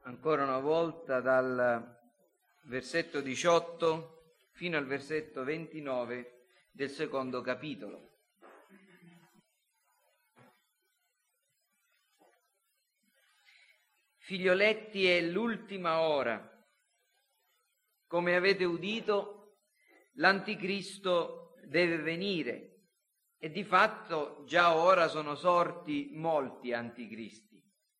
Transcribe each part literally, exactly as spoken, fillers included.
ancora una volta dal versetto diciotto fino al versetto ventinove del secondo capitolo. Figlioletti, è l'ultima ora. Come avete udito, l'anticristo deve venire e di fatto già ora sono sorti molti anticristi.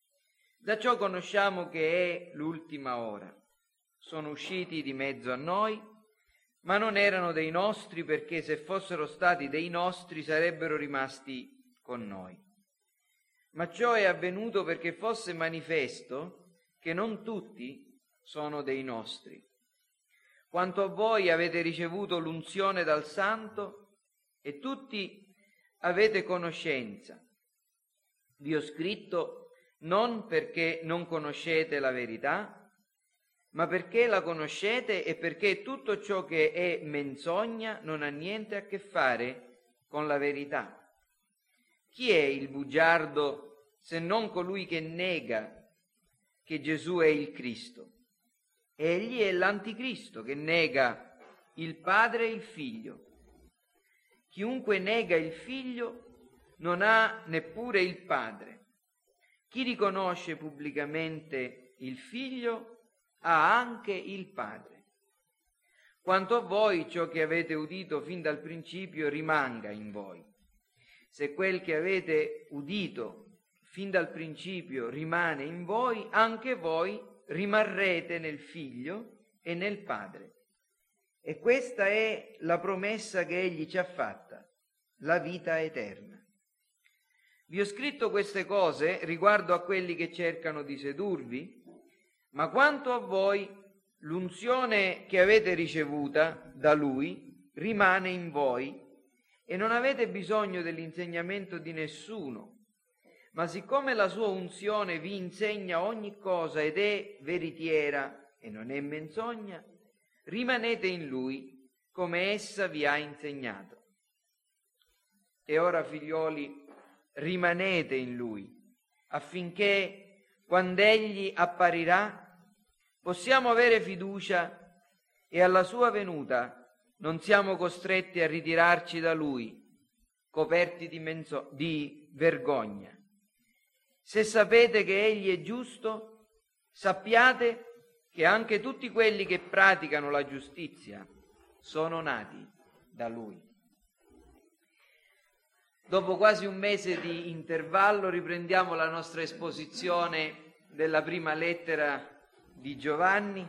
Da ciò conosciamo che è l'ultima ora. Sono usciti di mezzo a noi, ma non erano dei nostri, perché se fossero stati dei nostri sarebbero rimasti con noi. Ma ciò è avvenuto perché fosse manifesto che non tutti sono dei nostri. Quanto a voi, avete ricevuto l'unzione dal Santo e tutti avete conoscenza. Vi ho scritto non perché non conoscete la verità, ma perché la conoscete e perché tutto ciò che è menzogna non ha niente a che fare con la verità. Chi è il bugiardo se non colui che nega che Gesù è il Cristo? Egli è l'anticristo che nega il Padre e il Figlio. Chiunque nega il Figlio non ha neppure il Padre. Chi riconosce pubblicamente il Figlio ha anche il Padre. Quanto a voi, ciò che avete udito fin dal principio rimanga in voi. Se quel che avete udito fin dal principio rimane in voi, anche voi rimarrete nel Figlio e nel Padre. E questa è la promessa che Egli ci ha fatta, la vita eterna. Vi ho scritto queste cose riguardo a quelli che cercano di sedurvi, ma quanto a voi, l'unzione che avete ricevuta da Lui rimane in voi e non avete bisogno dell'insegnamento di nessuno, ma siccome la sua unzione vi insegna ogni cosa ed è veritiera e non è menzogna, rimanete in Lui come essa vi ha insegnato. E ora, figlioli, rimanete in Lui, affinché, quando Egli apparirà, possiamo avere fiducia e alla sua venuta non siamo costretti a ritirarci da Lui, coperti di, menzo- di vergogna. Se sapete che Egli è giusto, sappiate che anche tutti quelli che praticano la giustizia sono nati da Lui. Dopo quasi un mese di intervallo riprendiamo la nostra esposizione della prima lettera di Giovanni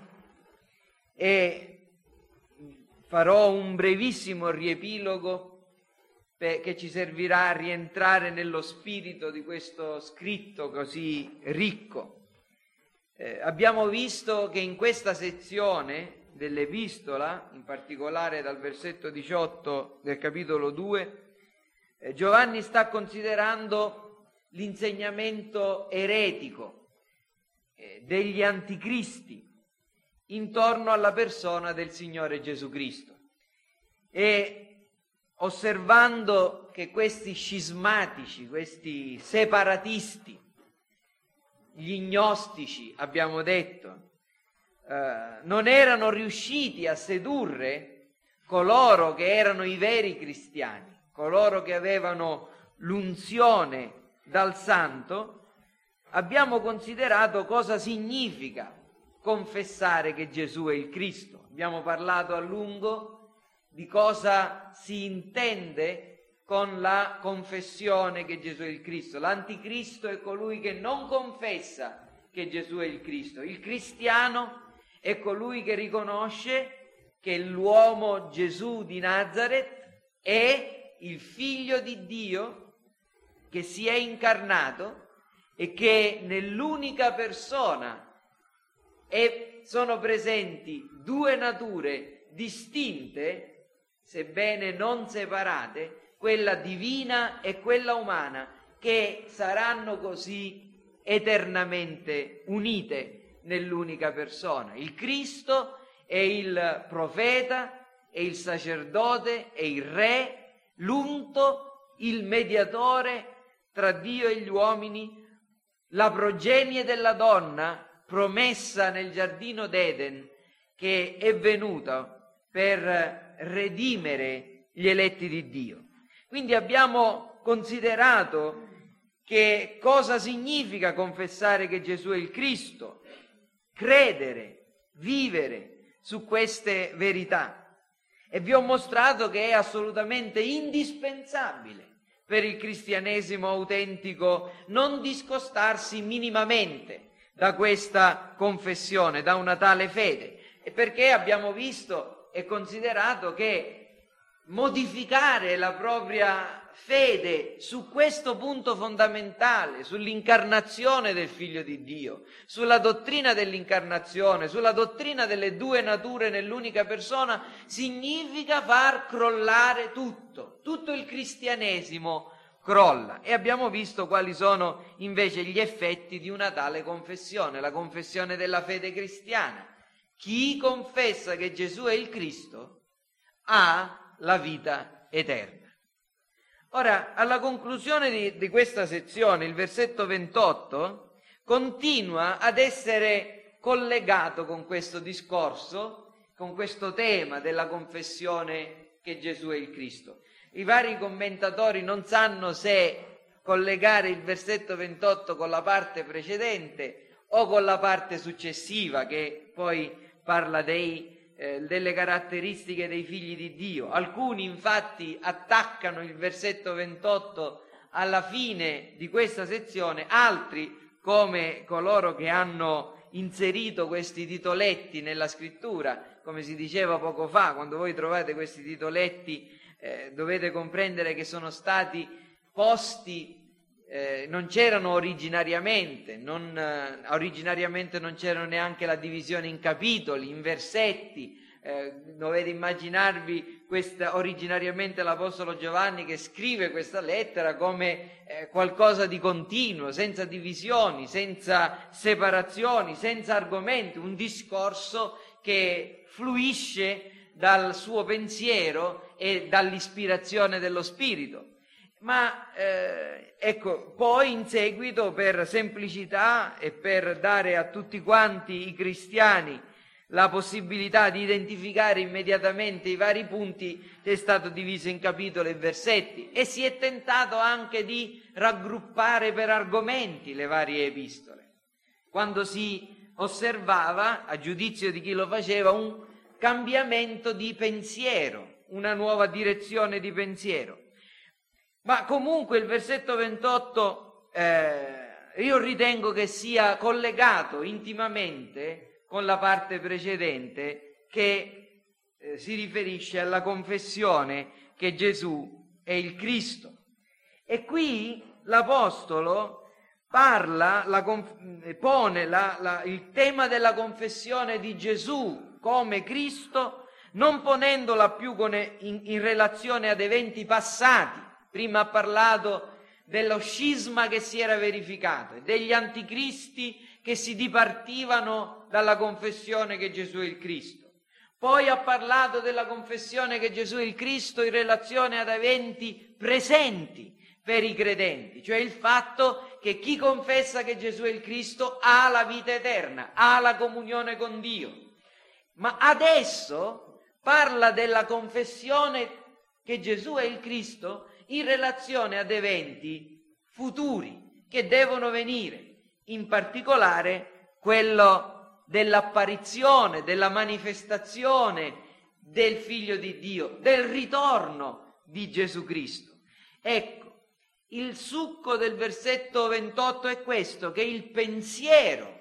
e farò un brevissimo riepilogo che ci servirà a rientrare nello spirito di questo scritto così ricco. Eh, abbiamo visto che in questa sezione dell'epistola, in particolare dal versetto diciotto del capitolo due, eh, Giovanni sta considerando l'insegnamento eretico eh, degli anticristi intorno alla persona del Signore Gesù Cristo. E osservando che questi scismatici, questi separatisti, gli gnostici, abbiamo detto, eh, non erano riusciti a sedurre coloro che erano i veri cristiani, coloro che avevano l'unzione dal Santo, abbiamo considerato cosa significa confessare che Gesù è il Cristo. Abbiamo parlato a lungo di cosa si intende con la confessione che Gesù è il Cristo. L'anticristo è colui che non confessa che Gesù è il Cristo. Il cristiano è colui che riconosce che l'uomo Gesù di Nazaret è il Figlio di Dio che si è incarnato e che nell'unica persona e sono presenti due nature distinte, sebbene non separate, quella divina e quella umana, che saranno così eternamente unite nell'unica persona. Il Cristo è il profeta, è il sacerdote, è il re, l'unto, il mediatore tra Dio e gli uomini, la progenie della donna, promessa nel giardino d'Eden che è venuta per redimere gli eletti di Dio. Quindi abbiamo considerato che cosa significa confessare che Gesù è il Cristo, credere, vivere su queste verità. E vi ho mostrato che è assolutamente indispensabile per il cristianesimo autentico non discostarsi minimamente da questa confessione, da una tale fede. E perché abbiamo visto e considerato che modificare la propria fede su questo punto fondamentale, sull'incarnazione del Figlio di Dio, sulla dottrina dell'incarnazione, sulla dottrina delle due nature nell'unica persona, significa far crollare tutto. Tutto il cristianesimo crolla. E abbiamo visto quali sono invece gli effetti di una tale confessione, la confessione della fede cristiana. Chi confessa che Gesù è il Cristo ha la vita eterna. Ora, alla conclusione di, di questa sezione, il versetto ventotto continua ad essere collegato con questo discorso, con questo tema della confessione che Gesù è il Cristo. I vari commentatori non sanno se collegare il versetto ventotto con la parte precedente o con la parte successiva, che poi parla dei Eh, delle caratteristiche dei figli di Dio. Alcuni infatti attaccano il versetto ventotto alla fine di questa sezione, altri, come coloro che hanno inserito questi titoletti nella scrittura, come si diceva poco fa, quando voi trovate questi titoletti eh, dovete comprendere che sono stati posti, eh, non c'erano originariamente, non, eh, originariamente non c'era neanche la divisione in capitoli, in versetti. Eh, dovete immaginarvi questa, originariamente l'Apostolo Giovanni che scrive questa lettera come eh, qualcosa di continuo, senza divisioni, senza separazioni, senza argomenti, un discorso che fluisce dal suo pensiero e dall'ispirazione dello Spirito. Ma eh, ecco, poi in seguito, per semplicità e per dare a tutti quanti i cristiani la possibilità di identificare immediatamente i vari punti, è stato diviso in capitoli e versetti, e si è tentato anche di raggruppare per argomenti le varie epistole, quando si osservava, a giudizio di chi lo faceva, un cambiamento di pensiero, una nuova direzione di pensiero. Ma comunque il versetto ventotto eh, io ritengo che sia collegato intimamente con la parte precedente che eh, si riferisce alla confessione che Gesù è il Cristo. E qui l'Apostolo parla, la, pone la, la, il tema della confessione di Gesù come Cristo, non ponendola più con, in, in relazione ad eventi passati. Prima ha parlato dello scisma che si era verificato, degli anticristi che si dipartivano dalla confessione che Gesù è il Cristo. Poi ha parlato della confessione che Gesù è il Cristo in relazione ad eventi presenti per i credenti, cioè il fatto che chi confessa che Gesù è il Cristo ha la vita eterna, ha la comunione con Dio. Ma adesso parla della confessione che Gesù è il Cristo in relazione ad eventi futuri che devono venire, in particolare quello dell'apparizione, della manifestazione del Figlio di Dio, del ritorno di Gesù Cristo. Ecco, il succo del versetto ventotto è questo, che il pensiero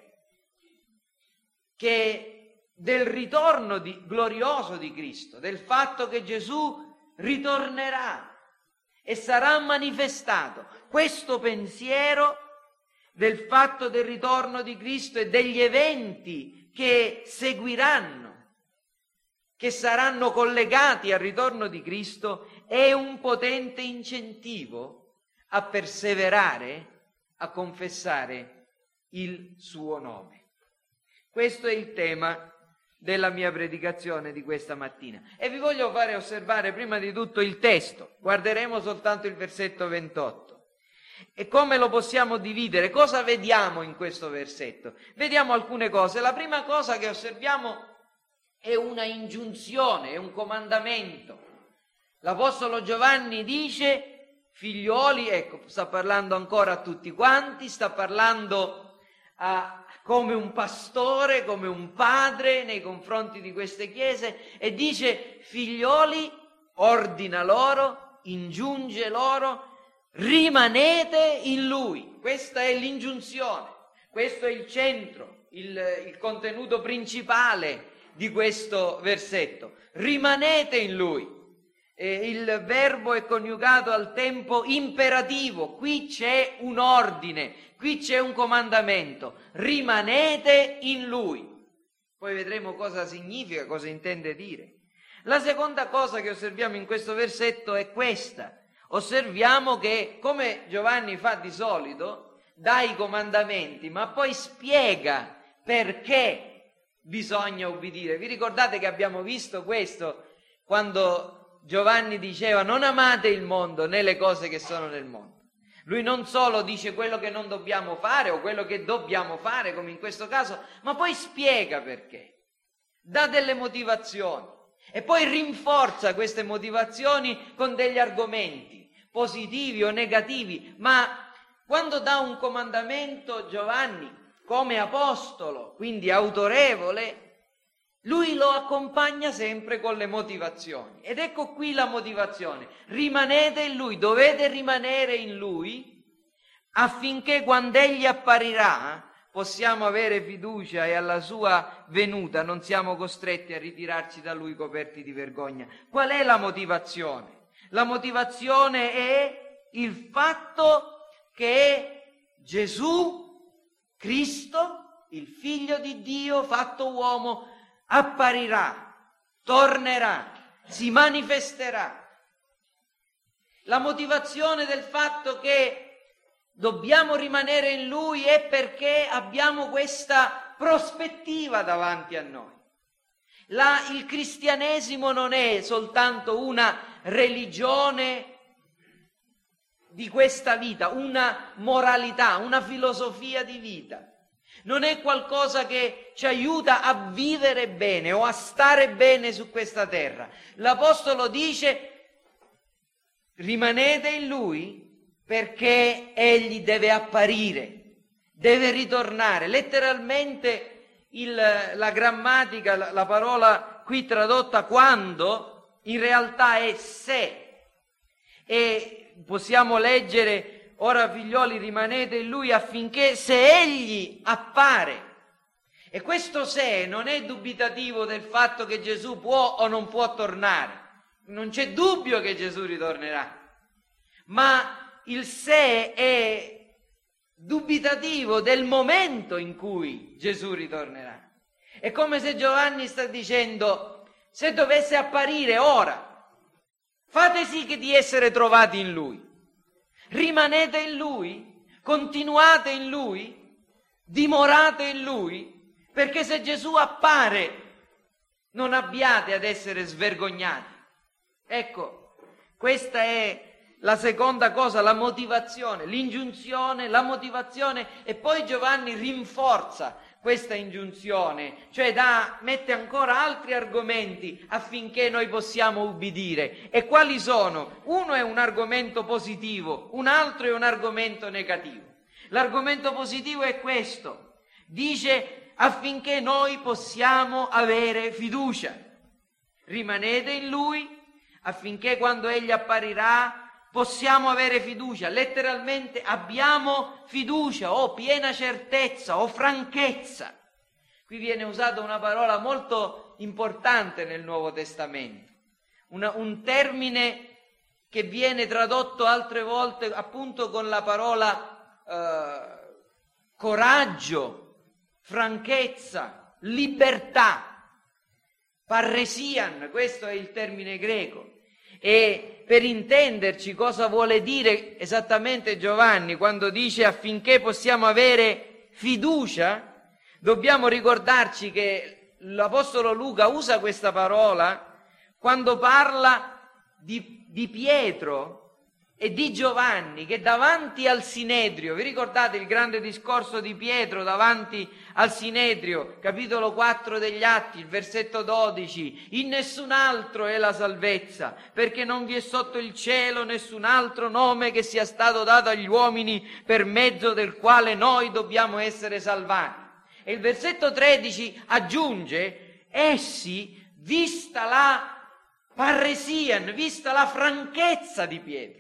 che del ritorno di, glorioso di Cristo, del fatto che Gesù ritornerà e sarà manifestato, questo pensiero del fatto del ritorno di Cristo e degli eventi che seguiranno, che saranno collegati al ritorno di Cristo, è un potente incentivo a perseverare, a confessare il suo nome. Questo è il tema della mia predicazione di questa mattina. E vi voglio fare osservare prima di tutto il testo. Guarderemo soltanto il versetto ventotto. E come lo possiamo dividere? Cosa vediamo in questo versetto? Vediamo alcune cose. La prima cosa che osserviamo è una ingiunzione, è un comandamento. L'Apostolo Giovanni dice, figlioli, ecco, sta parlando ancora a tutti quanti, sta parlando a, come un pastore, come un padre nei confronti di queste chiese, e dice, figlioli, ordina loro, ingiunge loro, rimanete in Lui. Questa è l'ingiunzione, questo è il centro, il, il contenuto principale di questo versetto. Rimanete in Lui. E il verbo è coniugato al tempo imperativo, qui c'è un ordine, qui c'è un comandamento. Rimanete in Lui. Poi vedremo cosa significa, cosa intende dire. La seconda cosa che osserviamo in questo versetto è questa. Osserviamo che, come Giovanni fa di solito, dà i comandamenti, ma poi spiega perché bisogna ubbidire. Vi ricordate che abbiamo visto questo quando Giovanni diceva non amate il mondo né le cose che sono nel mondo. Lui non solo dice quello che non dobbiamo fare o quello che dobbiamo fare, come in questo caso, ma poi spiega perché, dà delle motivazioni. E poi rinforza queste motivazioni con degli argomenti, positivi o negativi, ma quando dà un comandamento Giovanni, come apostolo, quindi autorevole, lui lo accompagna sempre con le motivazioni. Ed ecco qui la motivazione. Rimanete in Lui, dovete rimanere in Lui, affinché quando Egli apparirà possiamo avere fiducia e alla sua venuta non siamo costretti a ritirarci da Lui coperti di vergogna. Qual è la motivazione? La motivazione è il fatto che Gesù Cristo, il Figlio di Dio fatto uomo, apparirà, tornerà, si manifesterà. La motivazione del fatto che dobbiamo rimanere in Lui è perché abbiamo questa prospettiva davanti a noi. La, il cristianesimo non è soltanto una religione di questa vita, una moralità, una filosofia di vita. Non è qualcosa che ci aiuta a vivere bene o a stare bene su questa terra. L'Apostolo dice: rimanete in Lui perché Egli deve apparire, deve ritornare. Letteralmente il, la grammatica, la, la parola qui tradotta quando, in realtà è se. E possiamo leggere: ora figlioli rimanete in Lui affinché se Egli appare. E questo se non è dubitativo del fatto che Gesù può o non può tornare. Non c'è dubbio che Gesù ritornerà. Ma il se è dubitativo del momento in cui Gesù ritornerà. È come se Giovanni sta dicendo: se dovesse apparire ora, fate sì che di essere trovati in Lui. Rimanete in Lui, continuate in Lui, dimorate in Lui, perché se Gesù appare non abbiate ad essere svergognati. Ecco, questa è la seconda cosa, la motivazione, l'ingiunzione, la motivazione, e poi Giovanni rinforza questa ingiunzione, cioè dà, mette ancora altri argomenti affinché noi possiamo ubbidire. E quali sono? Uno è un argomento positivo, un altro è un argomento negativo. L'argomento positivo è questo, dice affinché noi possiamo avere fiducia. Rimanete in Lui affinché quando Egli apparirà possiamo avere fiducia. Letteralmente abbiamo fiducia o piena certezza o franchezza. Qui viene usata una parola molto importante nel Nuovo Testamento, una, un termine che viene tradotto altre volte appunto con la parola eh, coraggio, franchezza, libertà, parresian, questo è il termine greco. E per intenderci cosa vuole dire esattamente Giovanni quando dice affinché possiamo avere fiducia, dobbiamo ricordarci che l'Apostolo Luca usa questa parola quando parla di, di Pietro e di Giovanni, che davanti al Sinedrio, vi ricordate il grande discorso di Pietro davanti al Sinedrio, capitolo quattro degli Atti, il versetto dodici, in nessun altro è la salvezza, perché non vi è sotto il cielo nessun altro nome che sia stato dato agli uomini per mezzo del quale noi dobbiamo essere salvati. E il versetto tredici aggiunge, essi, vista la parresian, vista la franchezza di Pietro,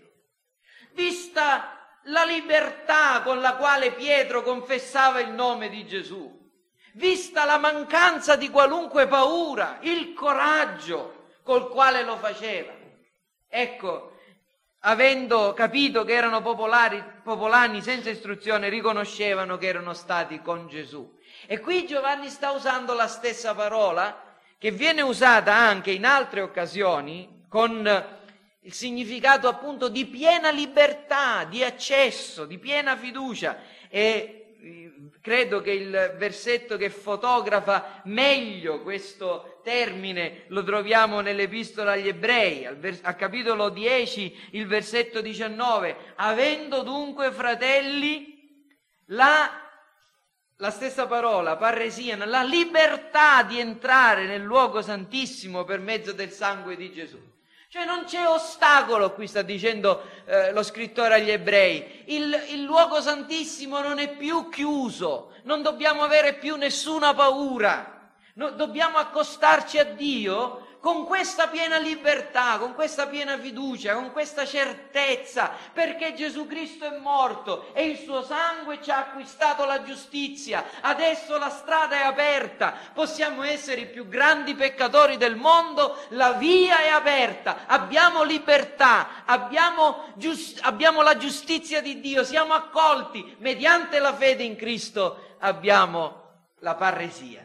vista la libertà con la quale Pietro confessava il nome di Gesù, vista la mancanza di qualunque paura, il coraggio col quale lo faceva. Ecco, avendo capito che erano popolari, popolani senza istruzione, riconoscevano che erano stati con Gesù. E qui Giovanni sta usando la stessa parola che viene usata anche in altre occasioni con il significato appunto di piena libertà, di accesso, di piena fiducia. E credo che il versetto che fotografa meglio questo termine lo troviamo nell'Epistola agli Ebrei, al, vers- al capitolo dieci, il versetto diciannove. Avendo dunque, fratelli, la, la stessa parola, parresian, la libertà di entrare nel luogo santissimo per mezzo del sangue di Gesù. Cioè non c'è ostacolo, qui sta dicendo eh, lo scrittore agli Ebrei, il, il luogo santissimo non è più chiuso, non dobbiamo avere più nessuna paura, no, dobbiamo accostarci a Dio con questa piena libertà, con questa piena fiducia, con questa certezza, perché Gesù Cristo è morto e il suo sangue ci ha acquistato la giustizia. Adesso la strada è aperta, possiamo essere i più grandi peccatori del mondo, la via è aperta, abbiamo libertà, abbiamo, giust- abbiamo la giustizia di Dio, siamo accolti, mediante la fede in Cristo abbiamo la parresia.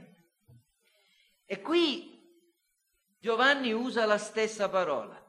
E qui Giovanni usa la stessa parola.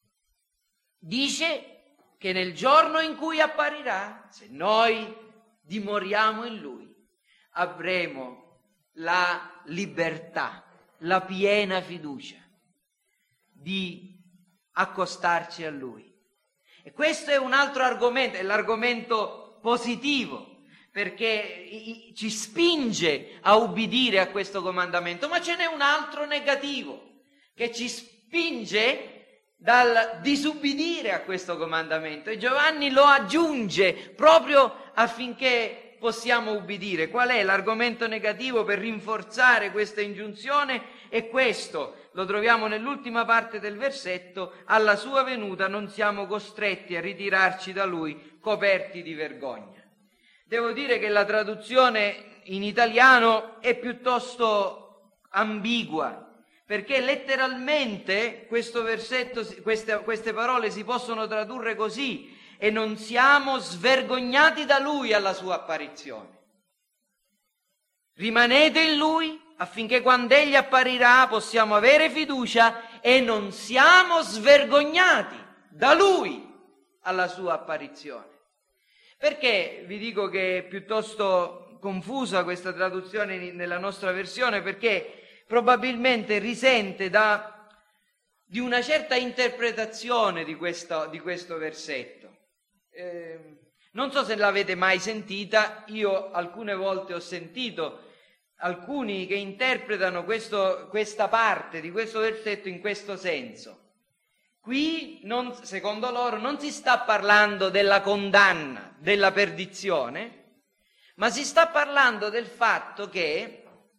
Dice che nel giorno in cui apparirà, se noi dimoriamo in Lui, avremo la libertà, la piena fiducia di accostarci a Lui. E questo è un altro argomento, è l'argomento positivo, perché ci spinge a ubbidire a questo comandamento, ma ce n'è un altro negativo, che ci spinge dal disubbidire a questo comandamento, e Giovanni lo aggiunge proprio affinché possiamo ubbidire. Qual è l'argomento negativo per rinforzare questa ingiunzione? È questo, lo troviamo nell'ultima parte del versetto: alla sua venuta non siamo costretti a ritirarci da lui coperti di vergogna. Devo dire che la traduzione in italiano è piuttosto ambigua, perché letteralmente questo versetto, queste, queste parole si possono tradurre così: e non siamo svergognati da Lui alla sua apparizione. Rimanete in Lui affinché quando Egli apparirà possiamo avere fiducia e non siamo svergognati da Lui alla sua apparizione. Perché vi dico che è piuttosto confusa questa traduzione nella nostra versione? Perché probabilmente risente da, di una certa interpretazione di questo, di questo versetto. Eh, non so se l'avete mai sentita, io alcune volte ho sentito alcuni che interpretano questo, questa parte di questo versetto in questo senso. Qui, non, secondo loro, non si sta parlando della condanna, della perdizione, ma si sta parlando del fatto che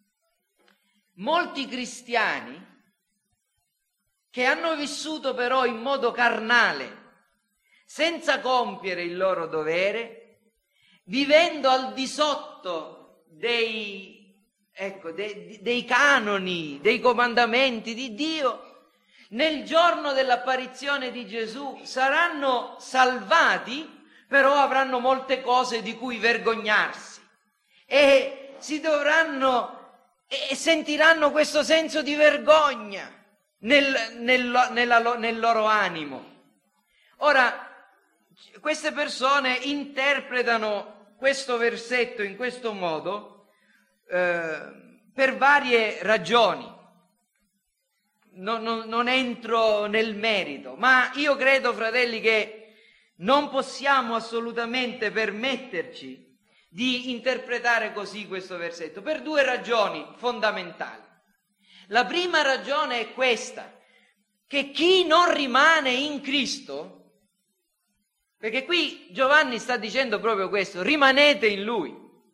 molti cristiani che hanno vissuto però in modo carnale, senza compiere il loro dovere, vivendo al di sotto dei, ecco, dei, dei canoni, dei comandamenti di Dio, nel giorno dell'apparizione di Gesù saranno salvati, però avranno molte cose di cui vergognarsi e si dovranno e sentiranno questo senso di vergogna nel, nel, nella, nel loro animo. Ora, queste persone interpretano questo versetto in questo modo eh, per varie ragioni. Non, non, non entro nel merito, ma io credo, fratelli, che Non possiamo assolutamente permetterci di interpretare così questo versetto per due ragioni fondamentali. La prima ragione è questa, che chi non rimane in Cristo, perché qui Giovanni sta dicendo proprio questo, rimanete in Lui.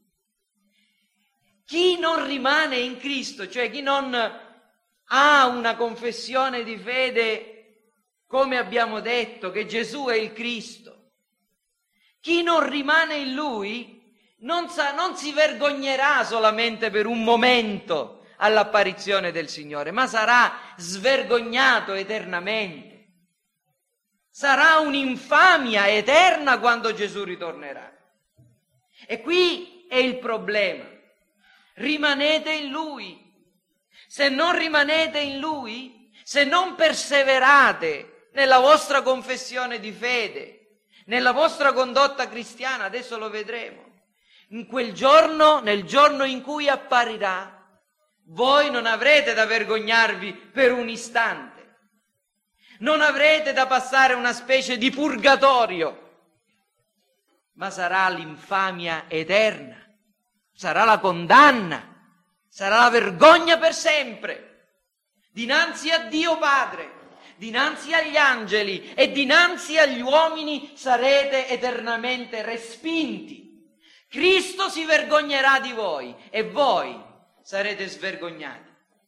Chi non rimane in Cristo, cioè chi non ha una confessione di fede, come abbiamo detto, che Gesù è il Cristo, chi non rimane in Lui non, sa, non si vergognerà solamente per un momento all'apparizione del Signore, ma sarà svergognato eternamente. Sarà un'infamia eterna quando Gesù ritornerà. E qui è il problema. Rimanete in Lui. Se non rimanete in Lui, se non perseverate nella vostra confessione di fede, nella vostra condotta cristiana, adesso lo vedremo, in quel giorno, nel giorno in cui apparirà, voi non avrete da vergognarvi per un istante, non avrete da passare una specie di purgatorio, ma sarà l'infamia eterna, sarà la condanna, sarà la vergogna per sempre, dinanzi a Dio Padre, dinanzi agli angeli e dinanzi agli uomini sarete eternamente respinti. Cristo si vergognerà di voi e voi sarete svergognati.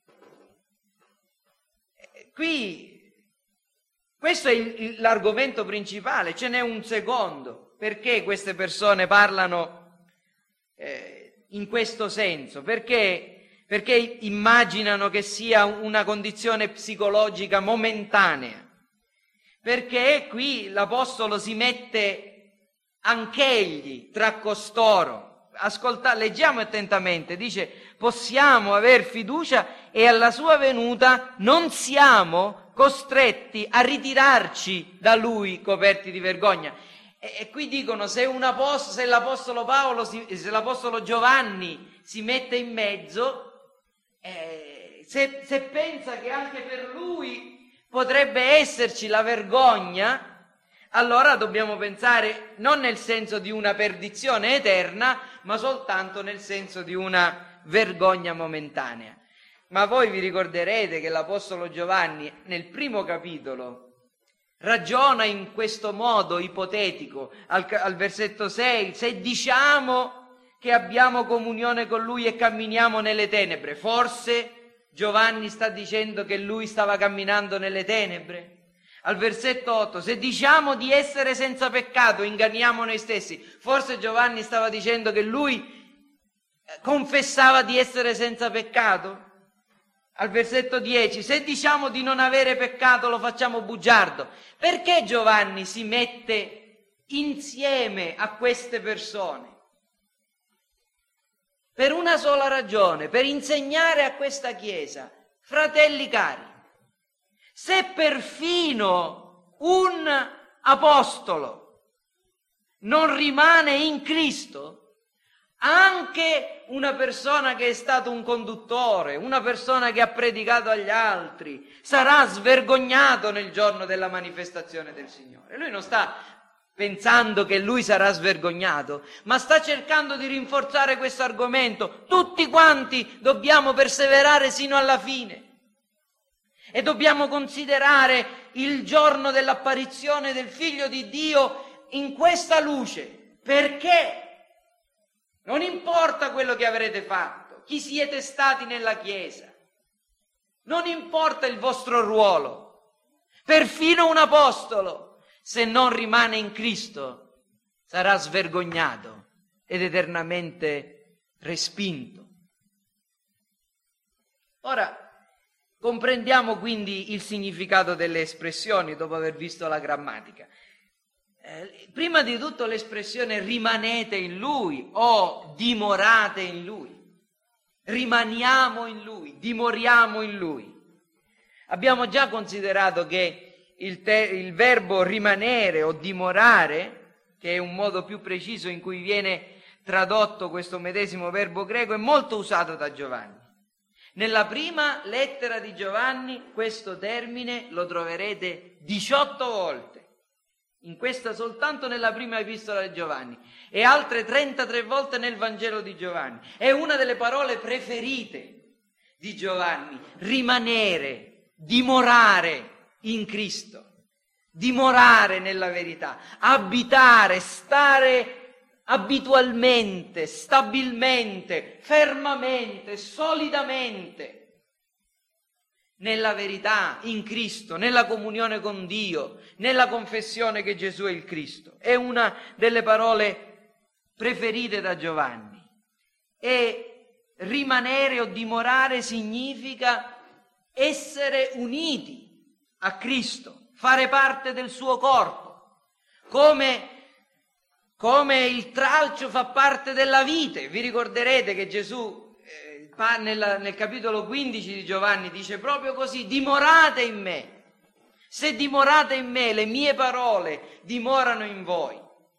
Qui, questo è il, l'argomento principale, ce n'è un secondo. Perché queste persone parlano eh, in questo senso? Perché, perché immaginano che sia una condizione psicologica momentanea. Perché qui l'Apostolo si mette anch'egli tra costoro. Ascoltate, leggiamo attentamente, dice: possiamo aver fiducia e alla sua venuta non siamo costretti a ritirarci da lui coperti di vergogna. E, e qui dicono, se, un apostolo, se l'apostolo Paolo, si, se l'apostolo Giovanni si mette in mezzo, eh, se, se pensa che anche per lui potrebbe esserci la vergogna, allora dobbiamo pensare non nel senso di una perdizione eterna, ma soltanto nel senso di una vergogna momentanea. Ma voi vi ricorderete che l'Apostolo Giovanni nel primo capitolo ragiona in questo modo ipotetico, al, al versetto sei, se diciamo che abbiamo comunione con Lui e camminiamo nelle tenebre, forse Giovanni sta dicendo che lui stava camminando nelle tenebre? Al versetto otto, se diciamo di essere senza peccato, inganniamo noi stessi. Forse Giovanni stava dicendo che lui confessava di essere senza peccato? Al versetto dieci, se diciamo di non avere peccato, lo facciamo bugiardo. Perché Giovanni si mette insieme a queste persone? Per una sola ragione, per insegnare a questa Chiesa, fratelli cari, se perfino un apostolo non rimane in Cristo, anche una persona che è stato un conduttore, una persona che ha predicato agli altri, sarà svergognato nel giorno della manifestazione del Signore. Lui non sta pensando che lui sarà svergognato, ma sta cercando di rinforzare questo argomento. Tutti quanti dobbiamo perseverare sino alla fine. E dobbiamo considerare il giorno dell'apparizione del Figlio di Dio in questa luce. Perché? Non importa quello che avrete fatto, chi siete stati nella Chiesa. Non importa il vostro ruolo. Perfino un apostolo, se non rimane in Cristo, sarà svergognato ed eternamente respinto. Ora, comprendiamo quindi il significato delle espressioni dopo aver visto la grammatica. Eh, prima di tutto l'espressione rimanete in Lui o dimorate in Lui. Rimaniamo in Lui, dimoriamo in Lui. Abbiamo già considerato che il, te- il verbo rimanere o dimorare, che è un modo più preciso in cui viene tradotto questo medesimo verbo greco, è molto usato da Giovanni. Nella prima lettera di Giovanni questo termine lo troverete diciotto volte. in questa soltanto nella prima epistola di Giovanni e altre trentatré volte nel Vangelo di Giovanni. È una delle parole preferite di Giovanni, rimanere, dimorare in Cristo, dimorare nella verità, abitare, stare abitualmente, stabilmente, fermamente, solidamente nella verità, in Cristo, nella comunione con Dio, nella confessione che Gesù è il Cristo. È una delle parole preferite da Giovanni. E rimanere o dimorare significa essere uniti a Cristo, fare parte del suo corpo, come Come il tralcio fa parte della vite. Vi ricorderete che Gesù eh, nel, nel capitolo quindici di Giovanni dice proprio così: dimorate in me. Se dimorate in me, le mie parole dimorano in voi.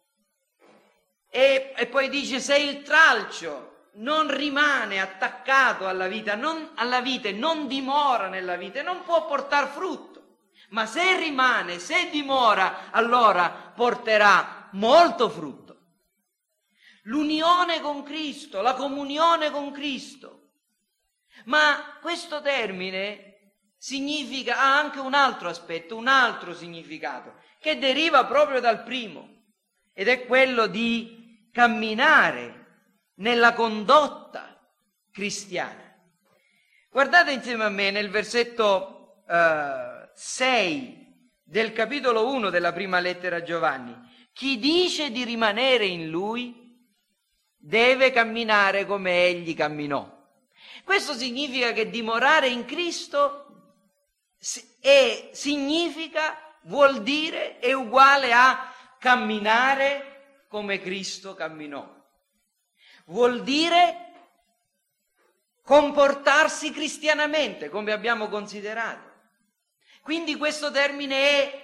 E, e poi dice: se il tralcio non rimane attaccato alla vita, non, alla vite, non dimora nella vite, non può portare frutto. Ma se rimane, se dimora, allora porterà molto frutto. L'unione con Cristo, la comunione con Cristo. Ma questo termine significa, ha anche un altro aspetto, un altro significato, che deriva proprio dal primo, ed è quello di camminare nella condotta cristiana. Guardate insieme a me nel versetto eh, sei del capitolo uno della prima lettera a Giovanni. Chi dice di rimanere in Lui deve camminare come Egli camminò. Questo significa che dimorare in Cristo è, significa, vuol dire, è uguale a camminare come Cristo camminò. Vuol dire comportarsi cristianamente, come abbiamo considerato. Quindi questo termine è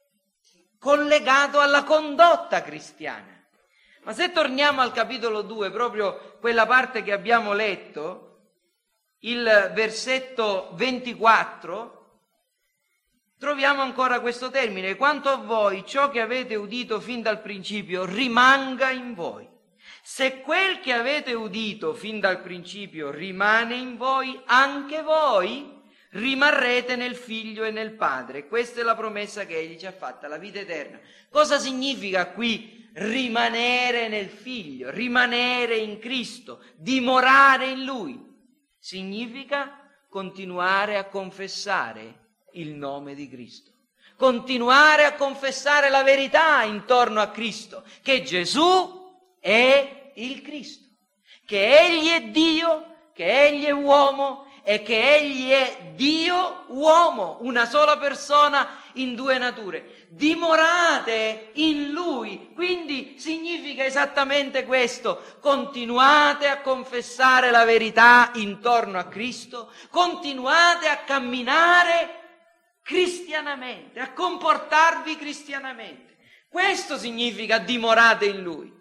collegato alla condotta cristiana. Ma se torniamo al capitolo due, proprio quella parte che abbiamo letto, il versetto ventiquattro, troviamo ancora questo termine: quanto a voi, ciò che avete udito fin dal principio rimanga in voi. Se quel che avete udito fin dal principio rimane in voi, anche voi rimarrete nel Figlio e nel Padre. Questa è la promessa che Egli ci ha fatta, la vita eterna. Cosa significa qui rimanere nel Figlio, rimanere in Cristo, dimorare in Lui? Significa continuare a confessare il nome di Cristo, continuare a confessare la verità intorno a Cristo, che Gesù è il Cristo, che Egli è Dio, che Egli è uomo e che Egli è Dio uomo, una sola persona in due nature. Dimorate in Lui, quindi significa esattamente questo: continuate a confessare la verità intorno a Cristo, continuate a camminare cristianamente, a comportarvi cristianamente. Questo significa dimorate in Lui.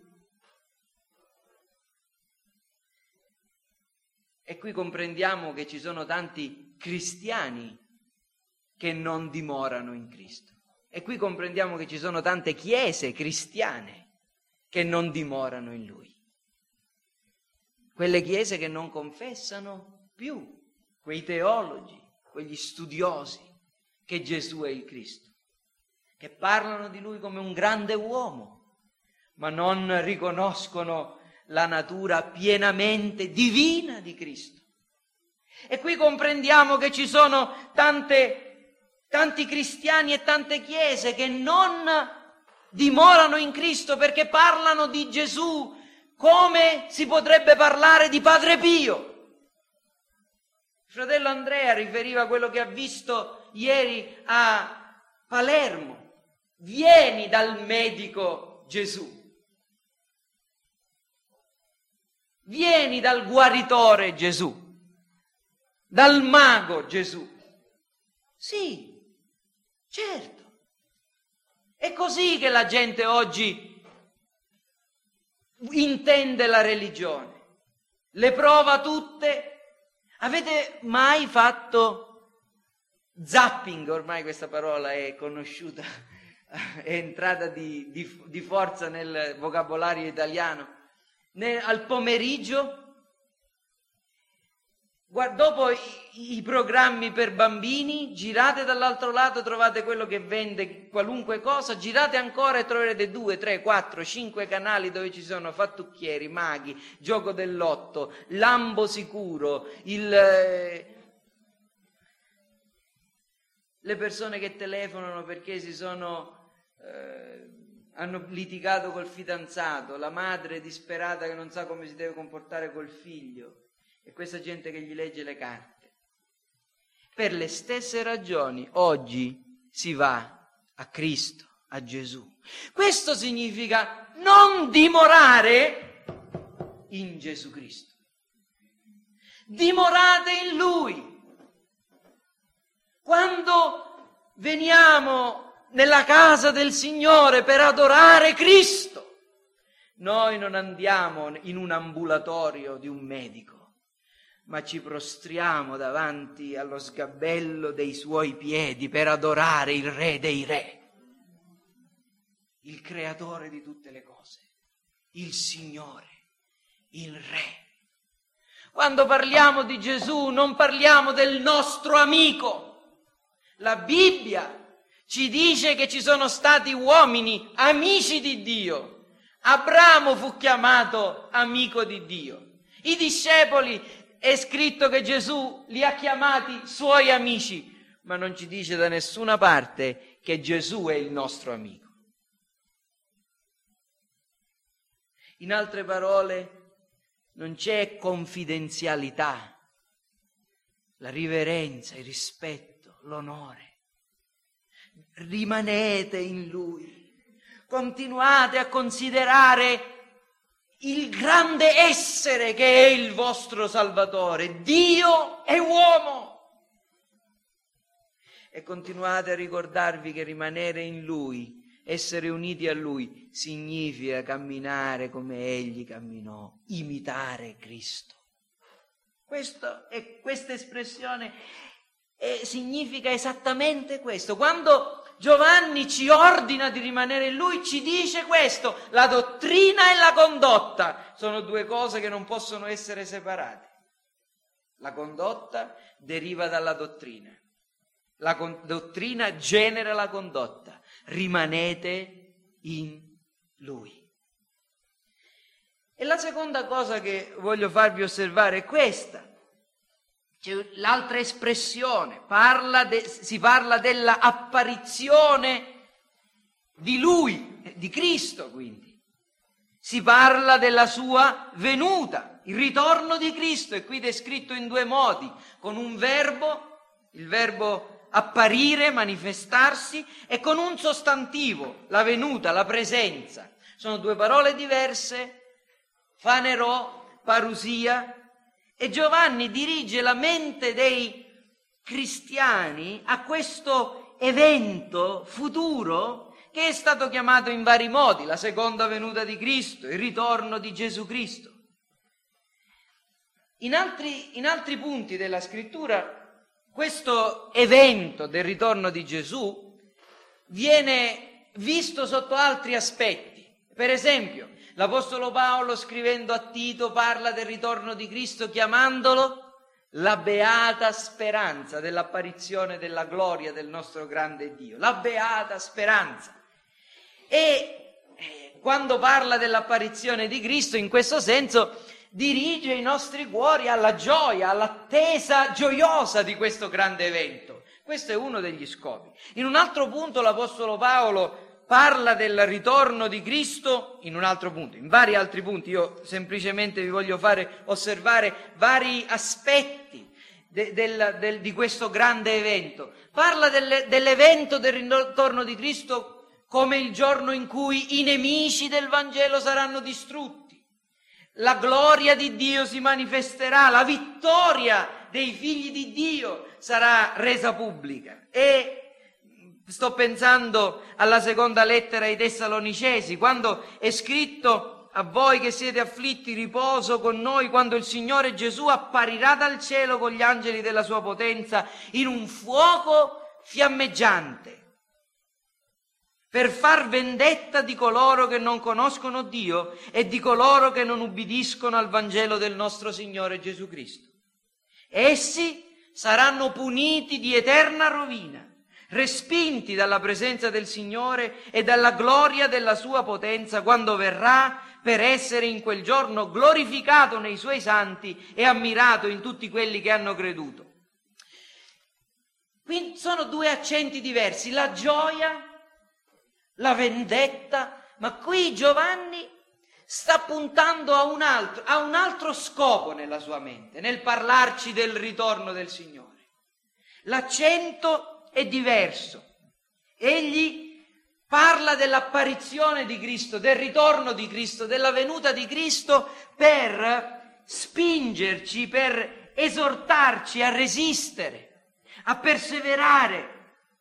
E qui comprendiamo che ci sono tanti cristiani che non dimorano in Cristo. E qui comprendiamo che ci sono tante chiese cristiane che non dimorano in Lui. Quelle chiese che non confessano più, quei teologi, quegli studiosi, che Gesù è il Cristo, che parlano di Lui come un grande uomo, ma non riconoscono la natura pienamente divina di Cristo. E qui comprendiamo che ci sono tante, tanti cristiani e tante chiese che non dimorano in Cristo perché parlano di Gesù come si potrebbe parlare di Padre Pio. Il fratello Andrea riferiva quello che ha visto ieri a Palermo. Vieni dal medico Gesù. Vieni dal guaritore Gesù, dal mago Gesù. Sì, certo. È così che la gente oggi intende la religione. Le prova tutte. Avete mai fatto zapping? Ormai questa parola è conosciuta è entrata di, di, di forza nel vocabolario italiano. Ne, al pomeriggio, guarda, dopo i, i programmi per bambini, girate dall'altro lato, trovate quello che vende qualunque cosa, girate ancora e troverete due, tre, quattro, cinque canali dove ci sono fattucchieri, maghi, gioco del lotto, lambo sicuro, il... Eh, le persone che telefonano perché si sono... Eh, hanno litigato col fidanzato, la madre disperata che non sa come si deve comportare col figlio, e questa gente che gli legge le carte. Per le stesse ragioni oggi si va a Cristo, a Gesù. Questo significa non dimorare in Gesù Cristo. Dimorate in Lui. Quando veniamo nella casa del Signore per adorare Cristo, noi non andiamo in un ambulatorio di un medico, ma ci prostriamo davanti allo sgabello dei Suoi piedi per adorare il Re dei Re, il Creatore di tutte le cose, il Signore, il Re. Quando parliamo di Gesù non parliamo del nostro amico. La Bibbia ci dice che ci sono stati uomini amici di Dio. Abramo fu chiamato amico di Dio. I discepoli, è scritto che Gesù li ha chiamati suoi amici, ma non ci dice da nessuna parte che Gesù è il nostro amico. In altre parole, non c'è confidenzialità, la riverenza, il rispetto, l'onore. Rimanete in Lui, continuate a considerare il grande essere che è il vostro Salvatore, Dio e uomo, e continuate a ricordarvi che rimanere in Lui, essere uniti a Lui, significa camminare come Egli camminò, imitare Cristo. Questo è, questa espressione è, significa esattamente questo. Quando Giovanni ci ordina di rimanere in Lui, ci dice questo: la dottrina e la condotta sono due cose che non possono essere separate. La condotta deriva dalla dottrina, la con- dottrina genera la condotta. Rimanete in Lui. E la seconda cosa che voglio farvi osservare è questa. C'è l'altra espressione, parla de, si parla della apparizione di Lui, di Cristo quindi. Si parla della sua venuta, il ritorno di Cristo è qui descritto in due modi, con un verbo, il verbo apparire, manifestarsi, e con un sostantivo, la venuta, la presenza. Sono due parole diverse, fanerò, parusia. E Giovanni dirige la mente dei cristiani a questo evento futuro che è stato chiamato in vari modi, la seconda venuta di Cristo, il ritorno di Gesù Cristo. In altri, in altri punti della scrittura, questo evento del ritorno di Gesù viene visto sotto altri aspetti. Per esempio, l'Apostolo Paolo, scrivendo a Tito, parla del ritorno di Cristo chiamandolo la beata speranza dell'apparizione della gloria del nostro grande Dio. La beata speranza. E quando parla dell'apparizione di Cristo, in questo senso, dirige i nostri cuori alla gioia, all'attesa gioiosa di questo grande evento. Questo è uno degli scopi. In un altro punto l'Apostolo Paolo parla del ritorno di Cristo, in un altro punto, in vari altri punti. Io semplicemente vi voglio fare osservare vari aspetti de, del, del, di questo grande evento. Parla delle, dell'evento del ritorno di Cristo come il giorno in cui i nemici del Vangelo saranno distrutti. La gloria di Dio si manifesterà, la vittoria dei figli di Dio sarà resa pubblica. E sto pensando alla seconda lettera ai Tessalonicesi, quando è scritto: a voi che siete afflitti, riposo con noi quando il Signore Gesù apparirà dal cielo con gli angeli della sua potenza in un fuoco fiammeggiante. per far vendetta di coloro che non conoscono Dio e di coloro che non ubbidiscono al Vangelo del nostro Signore Gesù Cristo. Essi saranno puniti di eterna rovina, respinti dalla presenza del Signore e dalla gloria della sua potenza quando verrà per essere in quel giorno glorificato nei suoi santi e ammirato in tutti quelli che hanno creduto. Quindi sono due accenti diversi, la gioia, la vendetta, ma qui Giovanni sta puntando a un altro, a un altro scopo nella sua mente, nel parlarci del ritorno del Signore. L'accento è diverso. Egli parla dell'apparizione di Cristo, del ritorno di Cristo, della venuta di Cristo per spingerci, per esortarci a resistere, a perseverare.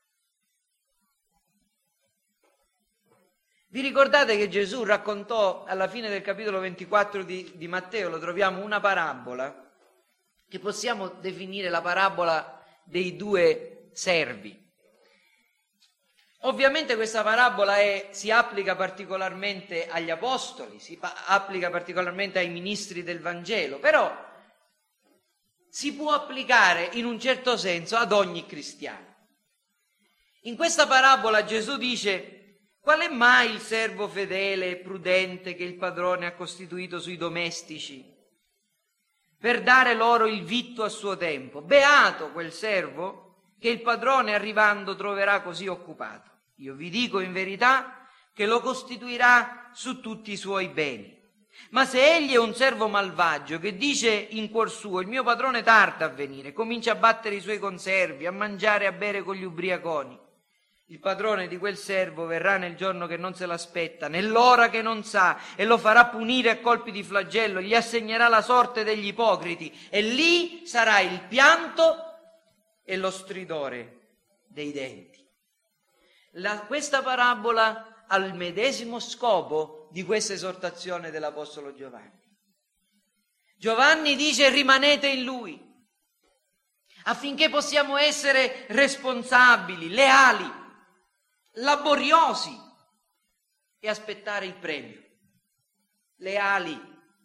Vi ricordate che Gesù raccontò alla fine del capitolo ventiquattro di, di Matteo, lo troviamo una parabola che possiamo definire la parabola dei due servi. Ovviamente questa parabola è, si applica particolarmente agli apostoli, si pa- applica particolarmente ai ministri del Vangelo, però si può applicare in un certo senso ad ogni cristiano. In questa parabola Gesù dice: qual è mai il servo fedele e prudente che il padrone ha costituito sui domestici per dare loro il vitto a suo tempo? Beato quel servo che il padrone arrivando troverà così occupato. Io vi dico in verità che lo costituirà su tutti i suoi beni. Ma se egli è un servo malvagio che dice in cuor suo: il mio padrone tarda a venire, comincia a battere i suoi conservi, a mangiare e a bere con gli ubriaconi, il padrone di quel servo verrà nel giorno che non se l'aspetta, nell'ora che non sa, e lo farà punire a colpi di flagello, gli assegnerà la sorte degli ipocriti, e lì sarà il pianto e lo stridore dei denti. La, questa parabola ha il medesimo scopo di questa esortazione dell'Apostolo Giovanni. Giovanni dice: rimanete in Lui, affinché possiamo essere responsabili, leali, laboriosi e aspettare il premio. Leali.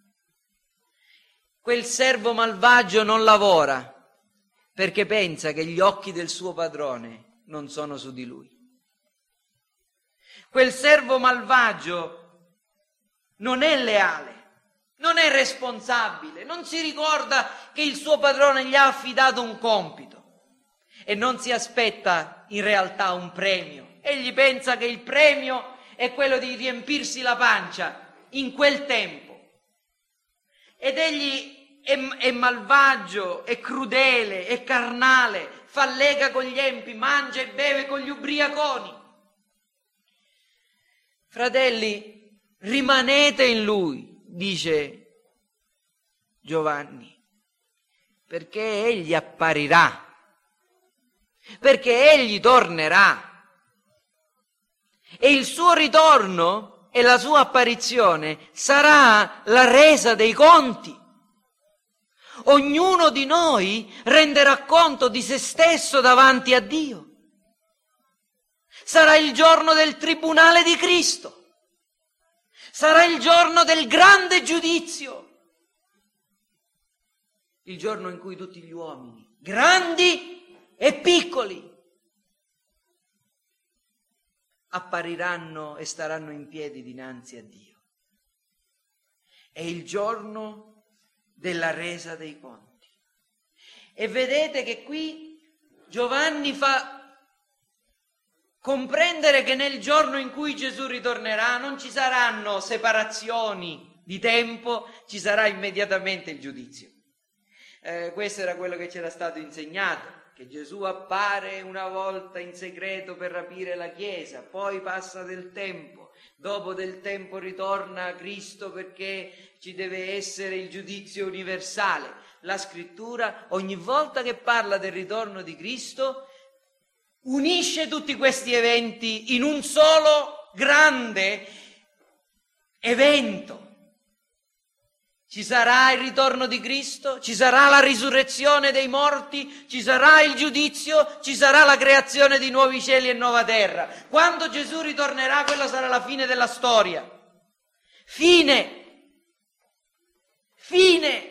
Quel servo malvagio non lavora perché pensa che gli occhi del suo padrone non sono su di lui. Quel servo malvagio non è leale, non è responsabile, non si ricorda che il suo padrone gli ha affidato un compito e non si aspetta in realtà un premio. Egli pensa che il premio è quello di riempirsi la pancia in quel tempo. Ed egli è, è malvagio, è crudele, è carnale, fa lega con gli empi, mangia e beve con gli ubriaconi. Fratelli, rimanete in Lui, dice Giovanni, perché Egli apparirà, perché Egli tornerà. E il suo ritorno e la sua apparizione sarà la resa dei conti. Ognuno di noi renderà conto di se stesso davanti a Dio. Sarà il giorno del tribunale di Cristo. Sarà il giorno del grande giudizio. Il giorno in cui tutti gli uomini, grandi e piccoli, appariranno e staranno in piedi dinanzi a Dio. È il giorno della resa dei conti. E vedete che qui Giovanni fa comprendere che nel giorno in cui Gesù ritornerà non ci saranno separazioni di tempo, ci sarà immediatamente il giudizio. Eh, questo era quello che c'era stato insegnato, che Gesù appare una volta in segreto per rapire la Chiesa, poi passa del tempo, dopo del tempo ritorna Cristo perché ci deve essere il giudizio universale. La Scrittura, ogni volta che parla del ritorno di Cristo, unisce tutti questi eventi in un solo grande evento. Ci sarà il ritorno di Cristo, ci sarà la risurrezione dei morti, ci sarà il giudizio, ci sarà la creazione di nuovi cieli e nuova terra. Quando Gesù ritornerà, quella sarà la fine della storia. Fine! Fine!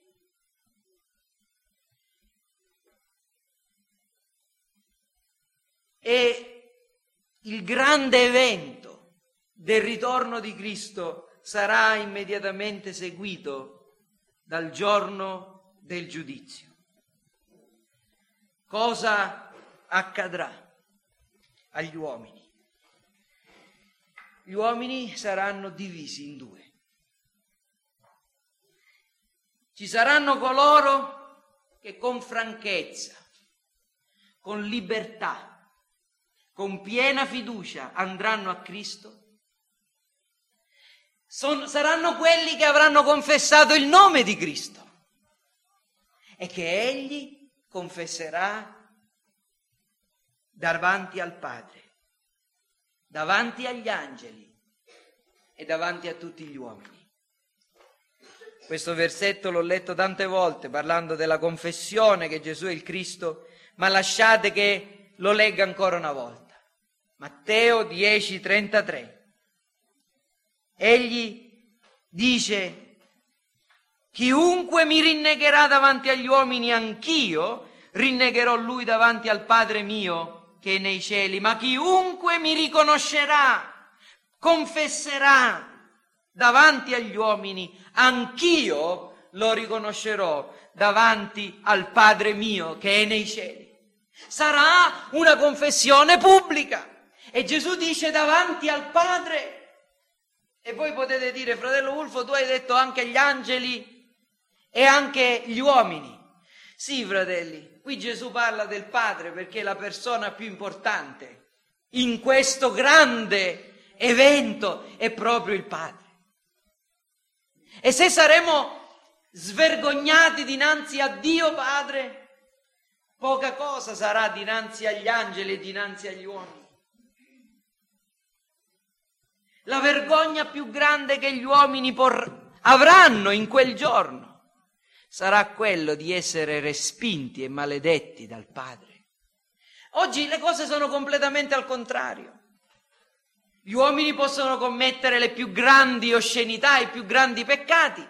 E il grande evento del ritorno di Cristo sarà immediatamente seguito dal giorno del giudizio. Cosa accadrà agli uomini? Gli uomini saranno divisi in due. Ci saranno coloro che con franchezza, con libertà, con piena fiducia andranno a Cristo. Son, saranno quelli che avranno confessato il nome di Cristo e che Egli confesserà davanti al Padre, davanti agli angeli e davanti a tutti gli uomini. Questo versetto l'ho letto tante volte parlando della confessione che Gesù è il Cristo, ma lasciate che lo legga ancora una volta. Matteo dieci trentatré. Egli dice: chiunque mi rinnegherà davanti agli uomini, anch'io rinnegherò lui davanti al Padre mio che è nei cieli. Ma chiunque mi riconoscerà, confesserà davanti agli uomini, anch'io lo riconoscerò davanti al Padre mio che è nei cieli. Sarà una confessione pubblica. E Gesù dice davanti al Padre. E voi potete dire: fratello Wulfo, tu hai detto anche gli angeli e anche gli uomini. Sì, fratelli, qui Gesù parla del Padre perché è la persona più importante in questo grande evento è proprio il Padre. E se saremo svergognati dinanzi a Dio Padre, poca cosa sarà dinanzi agli angeli e dinanzi agli uomini. La vergogna più grande che gli uomini por- avranno in quel giorno sarà quello di essere respinti e maledetti dal Padre. Oggi le cose sono completamente al contrario. Gli uomini possono commettere le più grandi oscenità, i più grandi peccati,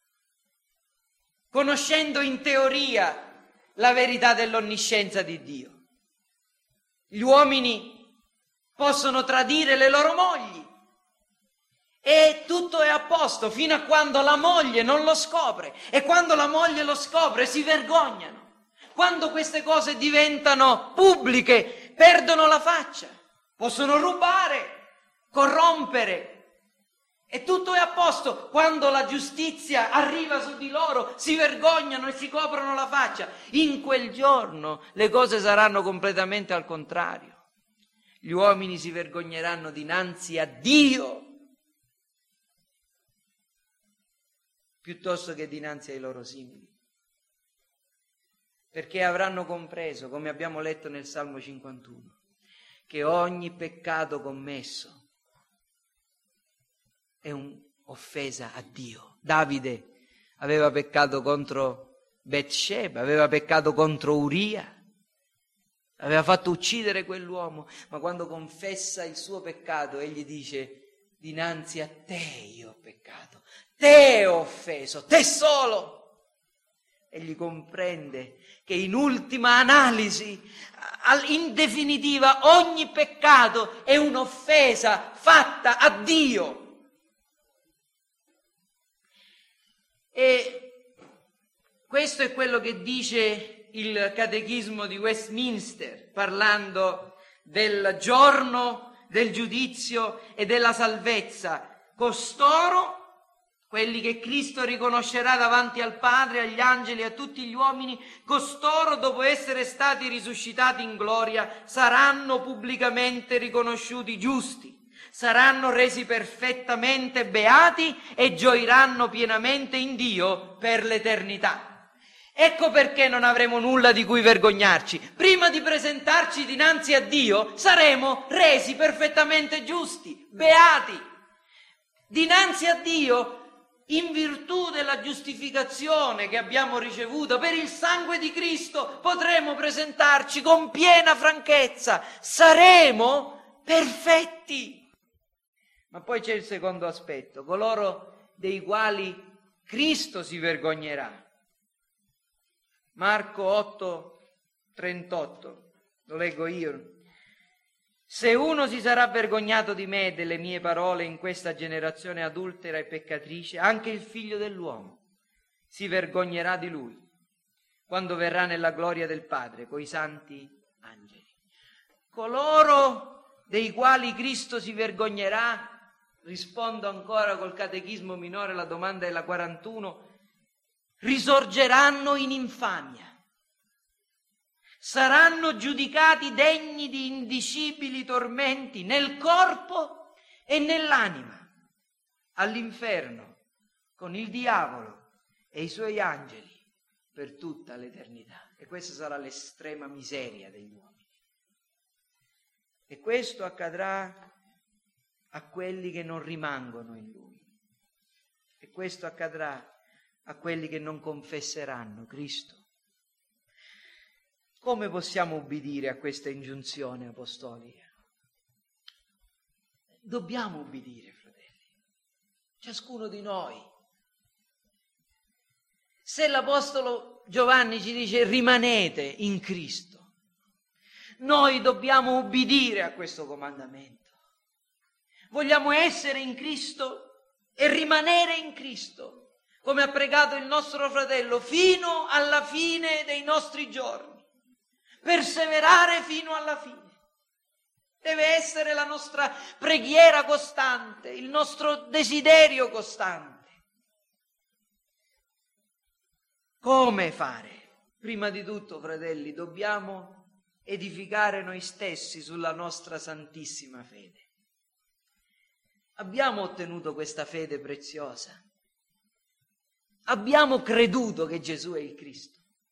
conoscendo in teoria la verità dell'onniscienza di Dio. Gli uomini possono tradire le loro mogli e tutto è a posto fino a quando la moglie non lo scopre, e quando la moglie lo scopre si vergognano. Quando queste cose diventano pubbliche perdono la faccia, possono rubare, corrompere, e tutto è a posto. Quando la giustizia arriva su di loro si vergognano e si coprono la faccia. In quel giorno le cose saranno completamente al contrario. Gli uomini si vergogneranno dinanzi a Dio piuttosto che dinanzi ai loro simili, perché avranno compreso, come abbiamo letto nel Salmo cinquantuno, che ogni peccato commesso è un'offesa a Dio. Davide aveva peccato contro Betsheba, aveva peccato contro Uria, aveva fatto uccidere quell'uomo, ma quando confessa il suo peccato egli dice: dinanzi a te io ho peccato, te ho offeso, te solo. Egli comprende che in ultima analisi, in definitiva, ogni peccato è un'offesa fatta a Dio. E questo è quello che dice il Catechismo di Westminster, parlando del giorno del giudizio e della salvezza. Costoro, quelli che Cristo riconoscerà davanti al Padre, agli angeli e a tutti gli uomini, costoro, dopo essere stati risuscitati in gloria, saranno pubblicamente riconosciuti giusti, saranno resi perfettamente beati e gioiranno pienamente in Dio per l'eternità. Ecco perché non avremo nulla di cui vergognarci. Prima di presentarci dinanzi a Dio saremo resi perfettamente giusti, beati. Dinanzi a Dio in virtù della giustificazione che abbiamo ricevuto per il sangue di Cristo, potremo presentarci con piena franchezza, saremo perfetti. Ma poi c'è il secondo aspetto, coloro dei quali Cristo si vergognerà. Marco otto trentotto, lo leggo io. Se uno si sarà vergognato di me e delle mie parole in questa generazione adultera e peccatrice, anche il Figlio dell'uomo si vergognerà di lui quando verrà nella gloria del Padre coi santi angeli. Coloro dei quali Cristo si vergognerà, rispondo ancora col catechismo minore, la domanda è la quarantuno, risorgeranno in infamia. Saranno giudicati degni di indicibili tormenti nel corpo e nell'anima, all'inferno, con il diavolo e i suoi angeli per tutta l'eternità. E questa sarà l'estrema miseria degli uomini. E questo accadrà a quelli che non rimangono in Lui. E questo accadrà a quelli che non confesseranno Cristo. Come possiamo ubbidire a questa ingiunzione apostolica? Dobbiamo ubbidire, fratelli, ciascuno di noi. Se l'apostolo Giovanni ci dice rimanete in Cristo, noi dobbiamo ubbidire a questo comandamento. Vogliamo essere in Cristo e rimanere in Cristo, come ha pregato il nostro fratello, fino alla fine dei nostri giorni. Perseverare fino alla fine. Deve essere la nostra preghiera costante, il nostro desiderio costante. Come fare? Prima di tutto, fratelli, dobbiamo edificare noi stessi sulla nostra santissima fede. Abbiamo ottenuto questa fede preziosa. Abbiamo creduto che Gesù è il Cristo.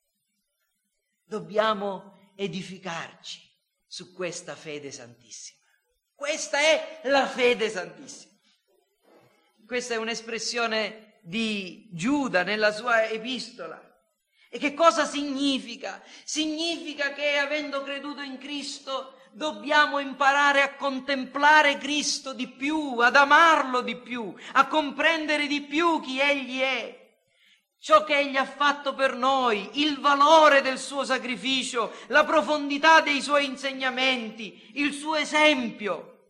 Dobbiamo edificarci su questa fede santissima. Questa è la fede santissima. Questa è un'espressione di Giuda nella sua epistola. E che cosa significa? Significa che avendo creduto in Cristo dobbiamo imparare a contemplare Cristo di più, ad amarlo di più, a comprendere di più chi Egli è. Ciò che Egli ha fatto per noi, il valore del suo sacrificio, la profondità dei suoi insegnamenti, il suo esempio.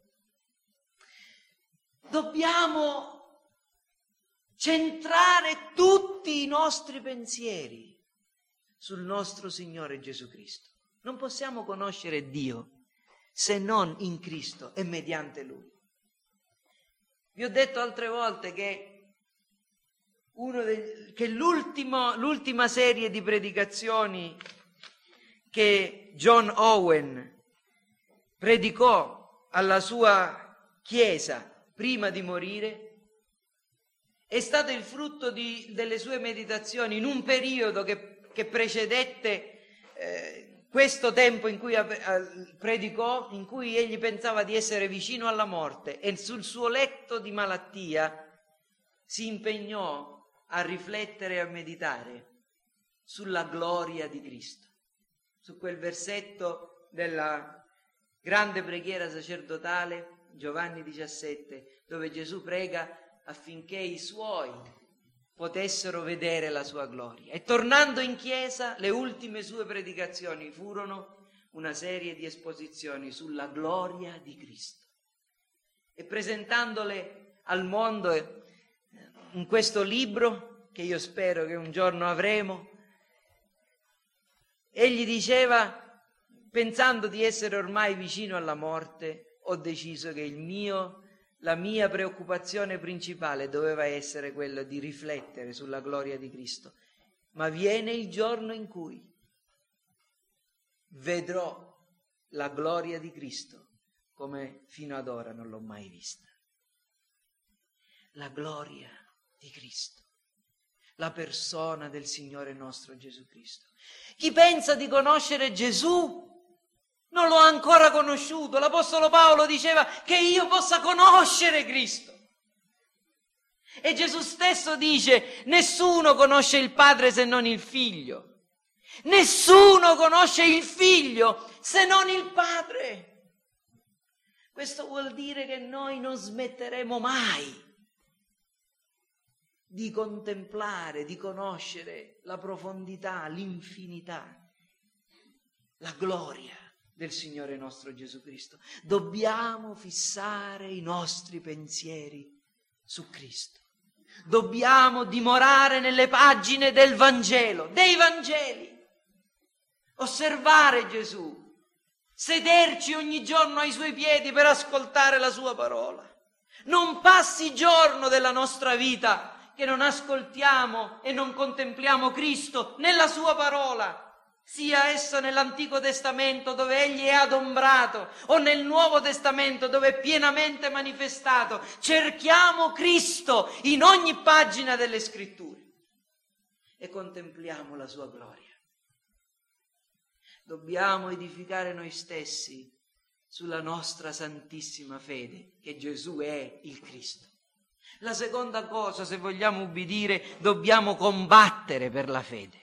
Dobbiamo centrare tutti i nostri pensieri sul nostro Signore Gesù Cristo. Non possiamo conoscere Dio se non in Cristo e mediante Lui. Vi ho detto altre volte che Uno dei, che l'ultimo, l'ultima serie di predicazioni che John Owen predicò alla sua chiesa prima di morire è stato il frutto di, delle sue meditazioni in un periodo che, che precedette eh, questo tempo in cui a, a, predicò, in cui egli pensava di essere vicino alla morte, e sul suo letto di malattia si impegnò a riflettere e a meditare sulla gloria di Cristo, su quel versetto della grande preghiera sacerdotale, Giovanni diciassette, dove Gesù prega affinché i suoi potessero vedere la sua gloria. E tornando in chiesa, le ultime sue predicazioni furono una serie di esposizioni sulla gloria di Cristo. E presentandole al mondo in questo libro, che io spero che un giorno avremo, egli diceva, pensando di essere ormai vicino alla morte, ho deciso che il mio, la mia preoccupazione principale doveva essere quella di riflettere sulla gloria di Cristo. Ma viene il giorno in cui vedrò la gloria di Cristo come fino ad ora non l'ho mai vista. La gloria di Cristo, la persona del Signore nostro Gesù Cristo. Chi pensa di conoscere Gesù non lo ha ancora conosciuto. L'Apostolo Paolo diceva che io possa conoscere Cristo. E Gesù stesso dice: nessuno conosce il Padre se non il Figlio. Nessuno conosce il Figlio se non il Padre. Questo vuol dire che noi non smetteremo mai di contemplare, di conoscere la profondità, l'infinità, la gloria del Signore nostro Gesù Cristo. Dobbiamo fissare i nostri pensieri su Cristo. Dobbiamo dimorare nelle pagine del Vangelo, dei Vangeli. Osservare Gesù, sederci ogni giorno ai suoi piedi per ascoltare la sua parola. Non passi giorno della nostra vita che non ascoltiamo e non contempliamo Cristo nella sua parola, sia essa nell'Antico Testamento dove Egli è adombrato o nel Nuovo Testamento dove è pienamente manifestato. Cerchiamo Cristo in ogni pagina delle Scritture e contempliamo la sua gloria. Dobbiamo edificare noi stessi sulla nostra santissima fede, che Gesù è il Cristo. La seconda cosa, se vogliamo ubbidire, dobbiamo combattere per la fede.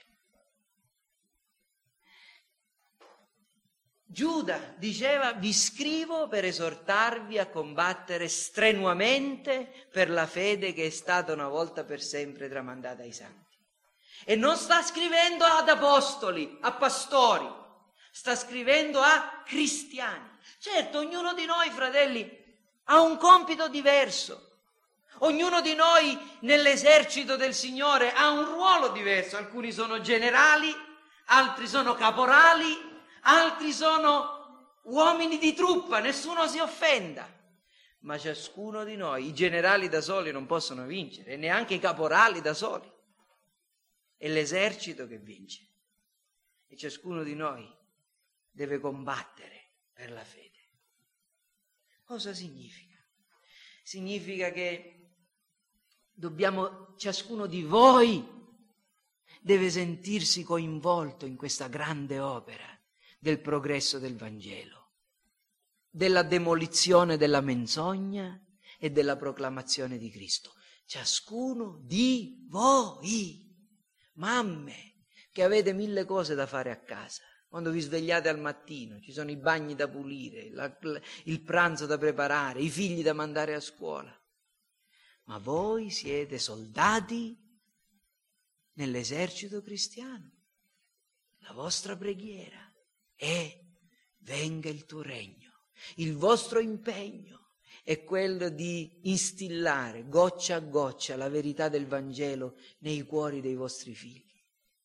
Giuda diceva: vi scrivo per esortarvi a combattere strenuamente per la fede che è stata una volta per sempre tramandata ai santi. E non sta scrivendo ad apostoli, a pastori, sta scrivendo a cristiani. Certo, ognuno di noi, fratelli, ha un compito diverso. Ognuno di noi nell'esercito del Signore ha un ruolo diverso. Alcuni sono generali, altri sono caporali, altri sono uomini di truppa, nessuno si offenda. Ma ciascuno di noi, i generali da soli non possono vincere, e neanche i caporali da soli. È l'esercito che vince. E ciascuno di noi deve combattere per la fede. Cosa significa? Significa che dobbiamo, ciascuno di voi deve sentirsi coinvolto in questa grande opera del progresso del Vangelo, della demolizione della menzogna e della proclamazione di Cristo. Ciascuno di voi, mamme, che avete mille cose da fare a casa. Quando vi svegliate al mattino, ci sono i bagni da pulire, la, il pranzo da preparare, i figli da mandare a scuola. Ma voi siete soldati nell'esercito cristiano. La vostra preghiera è: venga il tuo regno. Il vostro impegno è quello di instillare goccia a goccia la verità del Vangelo nei cuori dei vostri figli.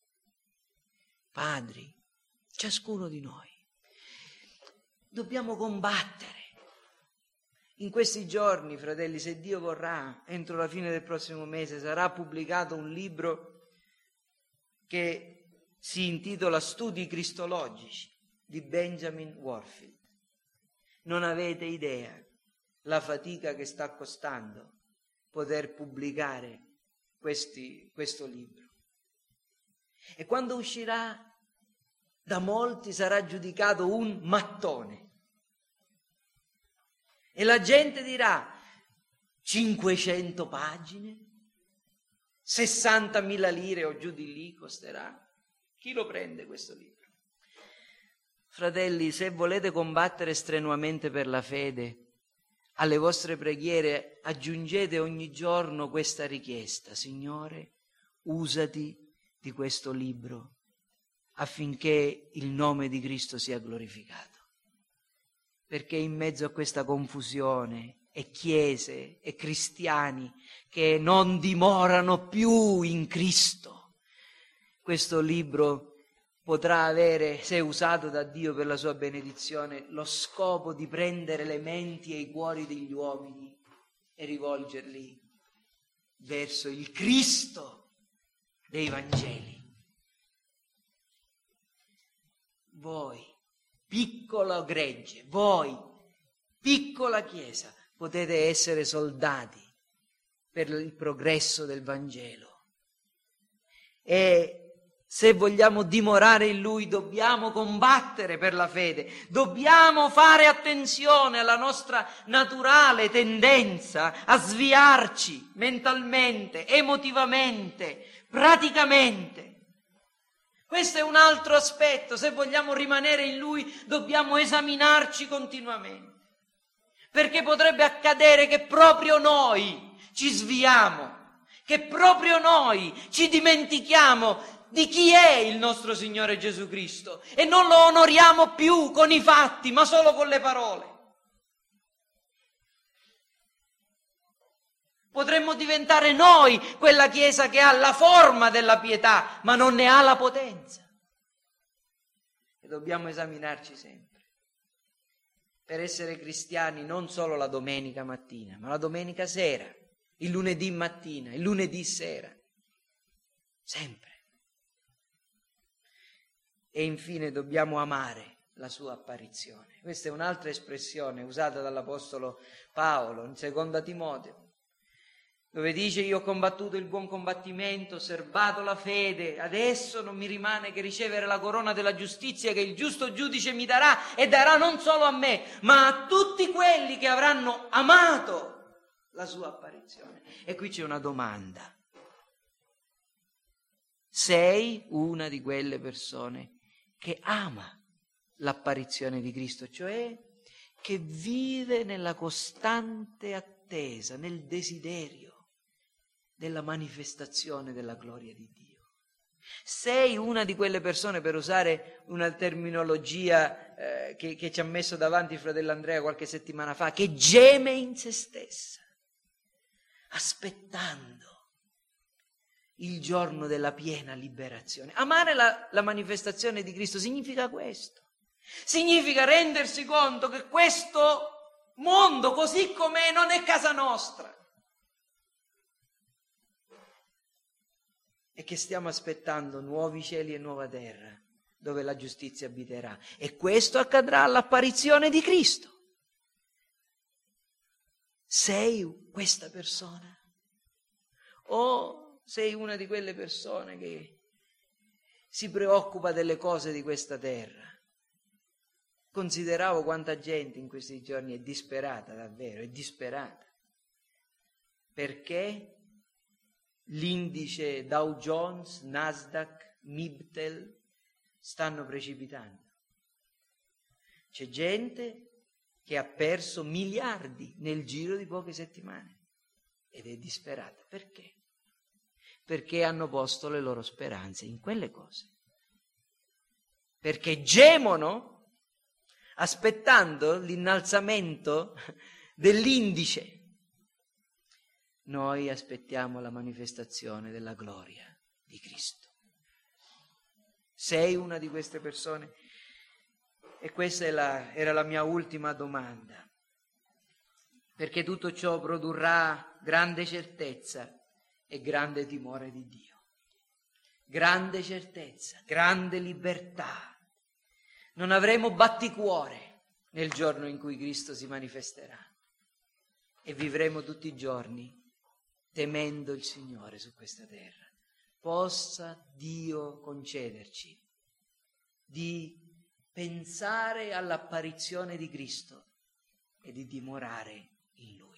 Padri, ciascuno di noi dobbiamo combattere. In questi giorni, fratelli, se Dio vorrà, entro la fine del prossimo mese sarà pubblicato un libro che si intitola Studi cristologici di Benjamin Warfield. Non avete idea la fatica che sta costando poter pubblicare questi, questo libro. E quando uscirà, da molti sarà giudicato un mattone. E la gente dirà: cinquecento pagine, sessantamila lire o giù di lì costerà. Chi lo prende questo libro? Fratelli, se volete combattere strenuamente per la fede, alle vostre preghiere aggiungete ogni giorno questa richiesta: Signore, usati di questo libro affinché il nome di Cristo sia glorificato. Perché in mezzo a questa confusione e chiese e cristiani che non dimorano più in Cristo, questo libro potrà avere, se usato da Dio per la sua benedizione, lo scopo di prendere le menti e i cuori degli uomini e rivolgerli verso il Cristo dei Vangeli. Voi, piccolo gregge, voi, piccola chiesa, potete essere soldati per il progresso del Vangelo. E Se vogliamo dimorare in Lui, dobbiamo combattere per la fede, dobbiamo fare attenzione alla nostra naturale tendenza a sviarci mentalmente, emotivamente, praticamente. Questo è un altro aspetto. Se vogliamo rimanere in Lui, dobbiamo esaminarci continuamente, perché potrebbe accadere che proprio noi ci sviamo, che proprio noi ci dimentichiamo di chi è il nostro Signore Gesù Cristo e non lo onoriamo più con i fatti, ma solo con le parole. Potremmo diventare noi quella Chiesa che ha la forma della pietà, ma non ne ha la potenza. E dobbiamo esaminarci sempre. Per essere cristiani non solo la domenica mattina, ma la domenica sera, il lunedì mattina, il lunedì sera. Sempre. E infine dobbiamo amare la sua apparizione. Questa è un'altra espressione usata dall'Apostolo Paolo in seconda Timoteo, dove dice: io ho combattuto il buon combattimento, ho serbato la fede, adesso non mi rimane che ricevere la corona della giustizia che il giusto giudice mi darà, e darà non solo a me, ma a tutti quelli che avranno amato la sua apparizione. E qui c'è una domanda. Sei una di quelle persone che ama l'apparizione di Cristo, cioè che vive nella costante attesa, nel desiderio della manifestazione della gloria di Dio. Sei una di quelle persone, per usare una terminologia eh, che, che ci ha messo davanti il fratello Andrea qualche settimana fa, che geme in se stessa, aspettando il giorno della piena liberazione. Amare la, la manifestazione di Cristo significa questo. Significa rendersi conto che questo mondo così com'è non è casa nostra e che stiamo aspettando nuovi cieli e nuova terra dove la giustizia abiterà, e questo accadrà all'apparizione di Cristo. Sei questa persona? O sei una di quelle persone che si preoccupa delle cose di questa terra? Consideravo quanta gente in questi giorni è disperata, davvero, è disperata, perché l'indice Dow Jones, Nasdaq, Mibtel stanno precipitando. C'è gente che ha perso miliardi nel giro di poche settimane ed è disperata. Perché? Perché hanno posto le loro speranze in quelle cose. Perché gemono aspettando l'innalzamento dell'indice. Noi aspettiamo la manifestazione della gloria di Cristo. Sei una di queste persone? E questa è la, era la mia ultima domanda. Perché tutto ciò produrrà grande certezza e grande timore di Dio. Grande certezza, grande libertà. Non avremo batticuore nel giorno in cui Cristo si manifesterà e vivremo tutti i giorni temendo il Signore su questa terra. Possa Dio concederci di pensare all'apparizione di Cristo e di dimorare in Lui.